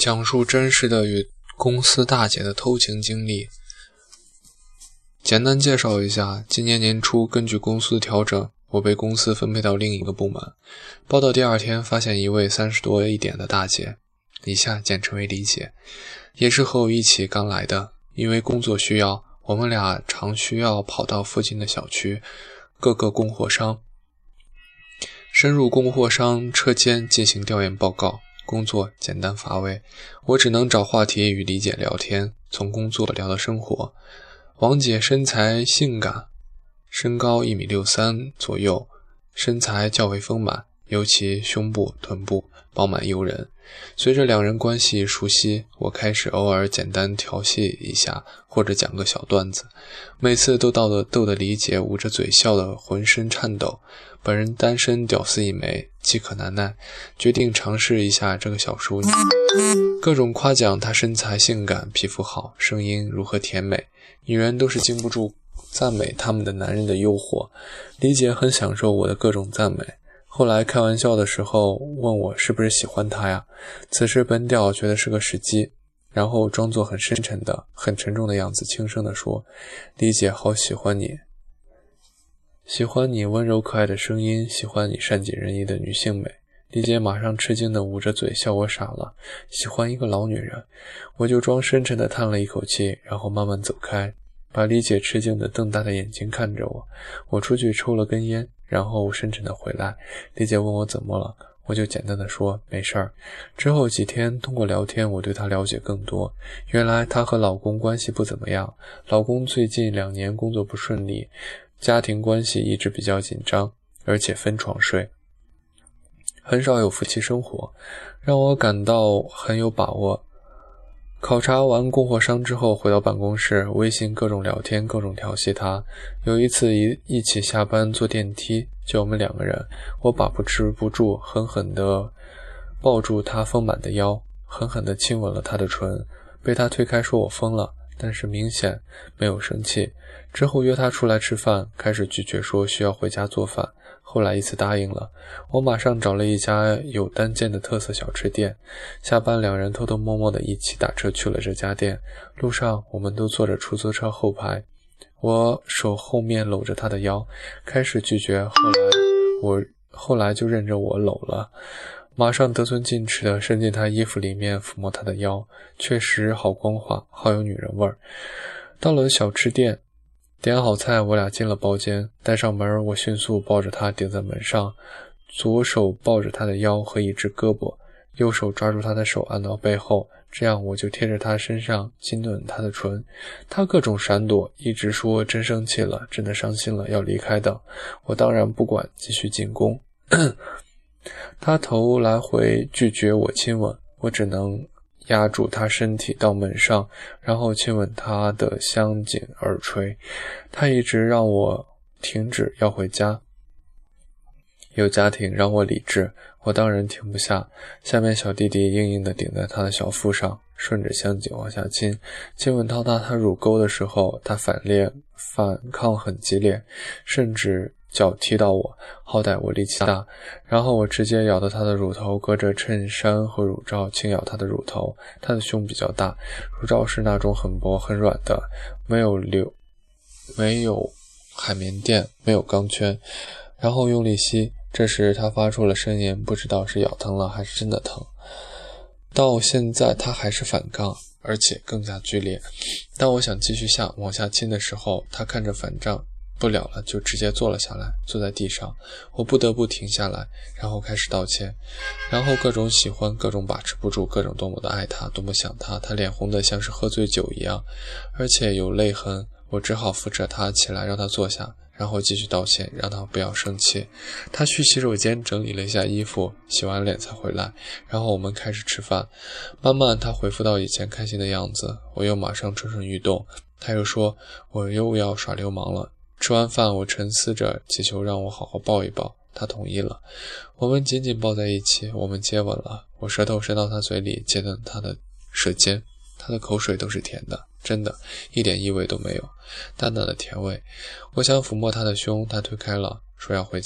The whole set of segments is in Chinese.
讲述真实的与公司大姐的偷情经历。简单介绍一下，今年年初根据公司调整，我被公司分配到另一个部门。报到第二天，发现一位30多一点的大姐，以下简称为李姐，也是和我一起刚来的。因为工作需要，我们俩常需要跑到附近的小区各个供货商，深入供货商车间进行调研报告。工作简单乏味，我只能找话题与李姐聊天，从工作聊到生活。王姐身材性感，身高1.63米左右，身材较为丰满，尤其胸部、臀部饱满诱人。随着两人关系熟悉，我开始偶尔简单调戏一下，或者讲个小段子，每次都逗得李姐捂着嘴笑得浑身颤抖。本人单身屌丝一枚，饥渴难耐，决定尝试一下这个小淑女，各种夸奖她身材性感，皮肤好，声音如何甜美。女人都是经不住赞美他们的男人的诱惑，李姐很享受我的各种赞美。后来开玩笑的时候问我是不是喜欢她呀，此时本屌觉得是个时机，然后装作很深沉的很沉重的样子，轻声地说，李姐好喜欢你，喜欢你温柔可爱的声音，喜欢你善解人意的女性美。李姐马上吃惊地捂着嘴笑我傻了，喜欢一个老女人。我就装深沉地叹了一口气，然后慢慢走开，把李姐吃惊的瞪大的眼睛看着我。我出去抽了根烟，然后深沉地回来。李姐问我怎么了，我就简单地说没事儿。之后几天通过聊天，我对她了解更多。原来她和老公关系不怎么样，老公最近2年工作不顺利，家庭关系一直比较紧张，而且分床睡，很少有夫妻生活，让我感到很有把握。考察完供货商之后，回到办公室，微信各种聊天，各种调戏他。有一次一起下班坐电梯，就我们2个人，我把持不住，狠狠地抱住他丰满的腰，狠狠地亲吻了他的唇，被他推开说我疯了，但是明显没有生气。之后约他出来吃饭，开始拒绝说需要回家做饭，后来一次答应了。我马上找了一家有单间的特色小吃店，下班2人偷偷摸摸的一起打车去了这家店。路上我们都坐着出租车后排，我手后面搂着他的腰，开始拒绝，后来就认着我搂了，马上得寸进尺的伸进他衣服里面抚摸他的腰，确实好光滑，好有女人味儿。到了小吃店，点好菜，我俩进了包间，带上门，我迅速抱着他顶在门上，左手抱着他的腰和一只胳膊，右手抓住他的手按到背后，这样我就贴着他身上亲吻他的唇。他各种闪躲，一直说真生气了，真的伤心了，要离开的。我当然不管，继续进攻。他头来回拒绝我亲吻，我只能压住他身体到门上，然后亲吻他的香颈耳垂。他一直让我停止，要回家，有家庭让我理智，我当然停不下。下面小弟弟硬硬地顶在他的小腹上，顺着香颈往下亲，亲吻到他乳沟的时候，他反抗很激烈，甚至脚踢到我，好歹我力气大，然后我直接咬到他的乳头，隔着衬衫和乳罩轻咬他的乳头。他的胸比较大，乳罩是那种很薄很软的，没有海绵垫，没有钢圈，然后用力吸。这时他发出了呻吟，不知道是咬疼了还是真的疼。到现在他还是反抗，而且更加剧烈。当我想继续往下亲的时候，他看着反抗不了了，就直接坐了下来，坐在地上。我不得不停下来，然后开始道歉，然后各种喜欢，各种把持不住，各种多么的爱他，多么想他。他脸红的像是喝醉酒一样，而且有泪痕。我只好扶着他起来，让他坐下，然后继续道歉，让他不要生气。他去洗手间整理了一下衣服，洗完脸才回来，然后我们开始吃饭。慢慢他恢复到以前开心的样子，我又马上蠢蠢欲动。他又说我又要耍流氓了。吃完饭，我沉思着祈求让我好好抱一抱，他同意了。我们紧紧抱在一起，我们接吻了。我舌头伸到他嘴里，接吻他的舌尖，他的口水都是甜的，真的一点异味都没有，淡淡的甜味。我想抚摸他的胸，他推开了，说要回家了。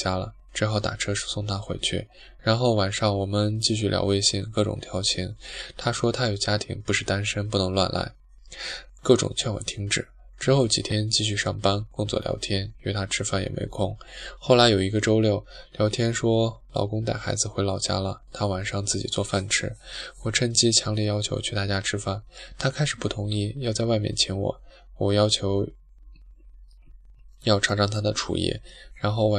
只好打车送他回去。然后晚上我们继续聊微信，各种调情。他说他有家庭，不是单身，不能乱来，各种劝我停止。之后几天继续上班工作聊天，约他吃饭也没空。后来有一个周六聊天说老公带孩子回老家了，他晚上自己做饭吃。我趁机强烈要求去他家吃饭，他开始不同意，要在外面请我。我要求要尝尝他的厨艺，然后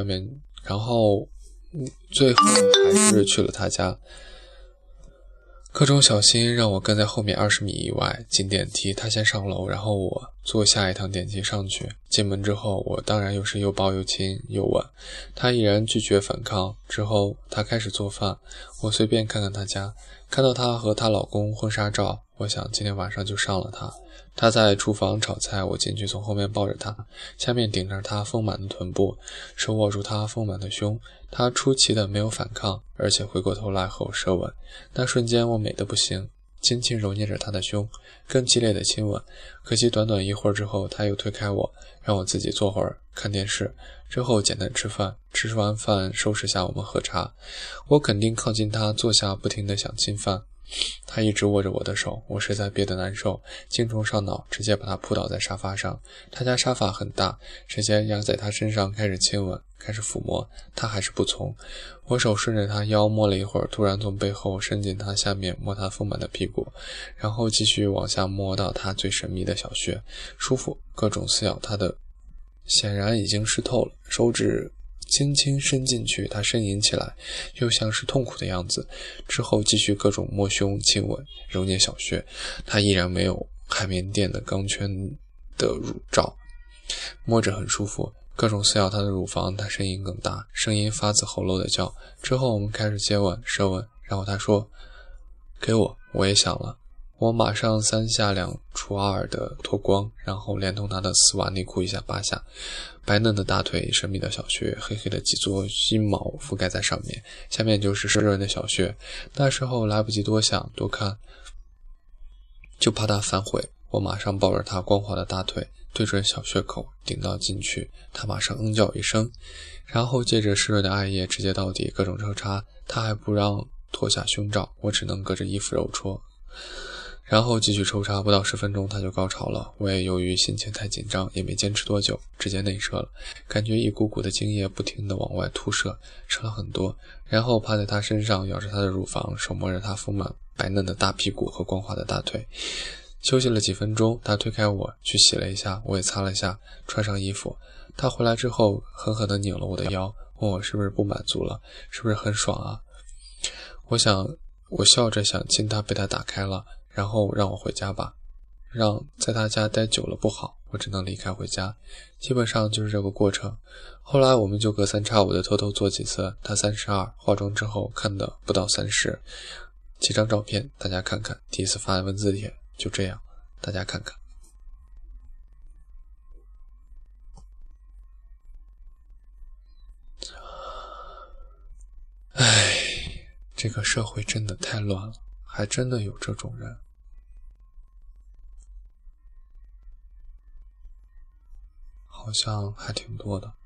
最后还是去了他家。各种小心让我跟在后面20米以外，进电梯，他先上楼，然后我坐下一趟电梯上去。进门之后，我当然又是又抱又亲又吻，他依然拒绝反抗。之后他开始做饭，我随便看看他家，看到他和她老公婚纱照，我想今天晚上就上了他。他在厨房炒菜，我进去从后面抱着他，下面顶着他丰满的臀部，手握住他丰满的胸。他出奇的没有反抗，而且回过头来和我舌吻。那瞬间我美得不行，轻轻揉捏着他的胸，更激烈的亲吻。可惜短短一会儿之后，他又推开我，让我自己坐会儿看电视。之后简单吃饭，吃完饭收拾下我们喝茶。我肯定靠近他，坐下不停地想亲饭。他一直握着我的手，我实在憋得难受，精虫上脑，直接把他扑倒在沙发上。他家沙发很大，直接压在他身上，开始亲吻，开始抚摸。他还是不从。我手顺着他腰摸了一会儿，突然从背后伸进他下面，摸他丰满的屁股，然后继续往下摸到他最神秘的小穴，舒服，各种撕咬他的，显然已经湿透了。手指轻轻伸进去，他呻吟起来，又像是痛苦的样子。之后继续各种摸胸、亲吻、揉捏小穴，他依然没有海绵垫的钢圈的乳罩，摸着很舒服。各种撕咬他的乳房，他声音更大，声音发自喉咙的叫。之后我们开始接吻、舌吻，然后他说给我，我也想了。我马上3下2除2的脱光，然后连同他的丝袜内裤一下扒下，白嫩的大腿，神秘的小穴，黑黑的几撮阴毛覆盖在上面，下面就是湿润的小穴。那时候来不及多想多看，就怕他反悔。我马上抱着他光滑的大腿，对准小穴口顶到进去，他马上叫一声，然后借着湿润的艾叶直接到底，各种抽插。他还不让脱下胸罩，我只能隔着衣服揉搓，然后继续抽插。不到10分钟他就高潮了，我也由于心情太紧张，也没坚持多久，直接内射了。感觉一股股的精液不停地往外吐射，射了很多，然后趴在他身上，咬着他的乳房，手摸着他丰满白嫩的大屁股和光滑的大腿。休息了几分钟，他推开我去洗了一下，我也擦了下，穿上衣服。他回来之后狠狠地拧了我的腰，问我是不是不满足了，是不是很爽啊？我笑着想亲他，被他打开了，然后让我回家吧，让在他家待久了不好，我只能离开回家。基本上就是这个过程。后来我们就隔3差5的偷偷做几次，他32，化妆之后看的不到30，几张照片大家看看，第一次发文字帖，就这样大家看看。唉，这个社会真的太乱了，还真的有这种人。好像还挺多的。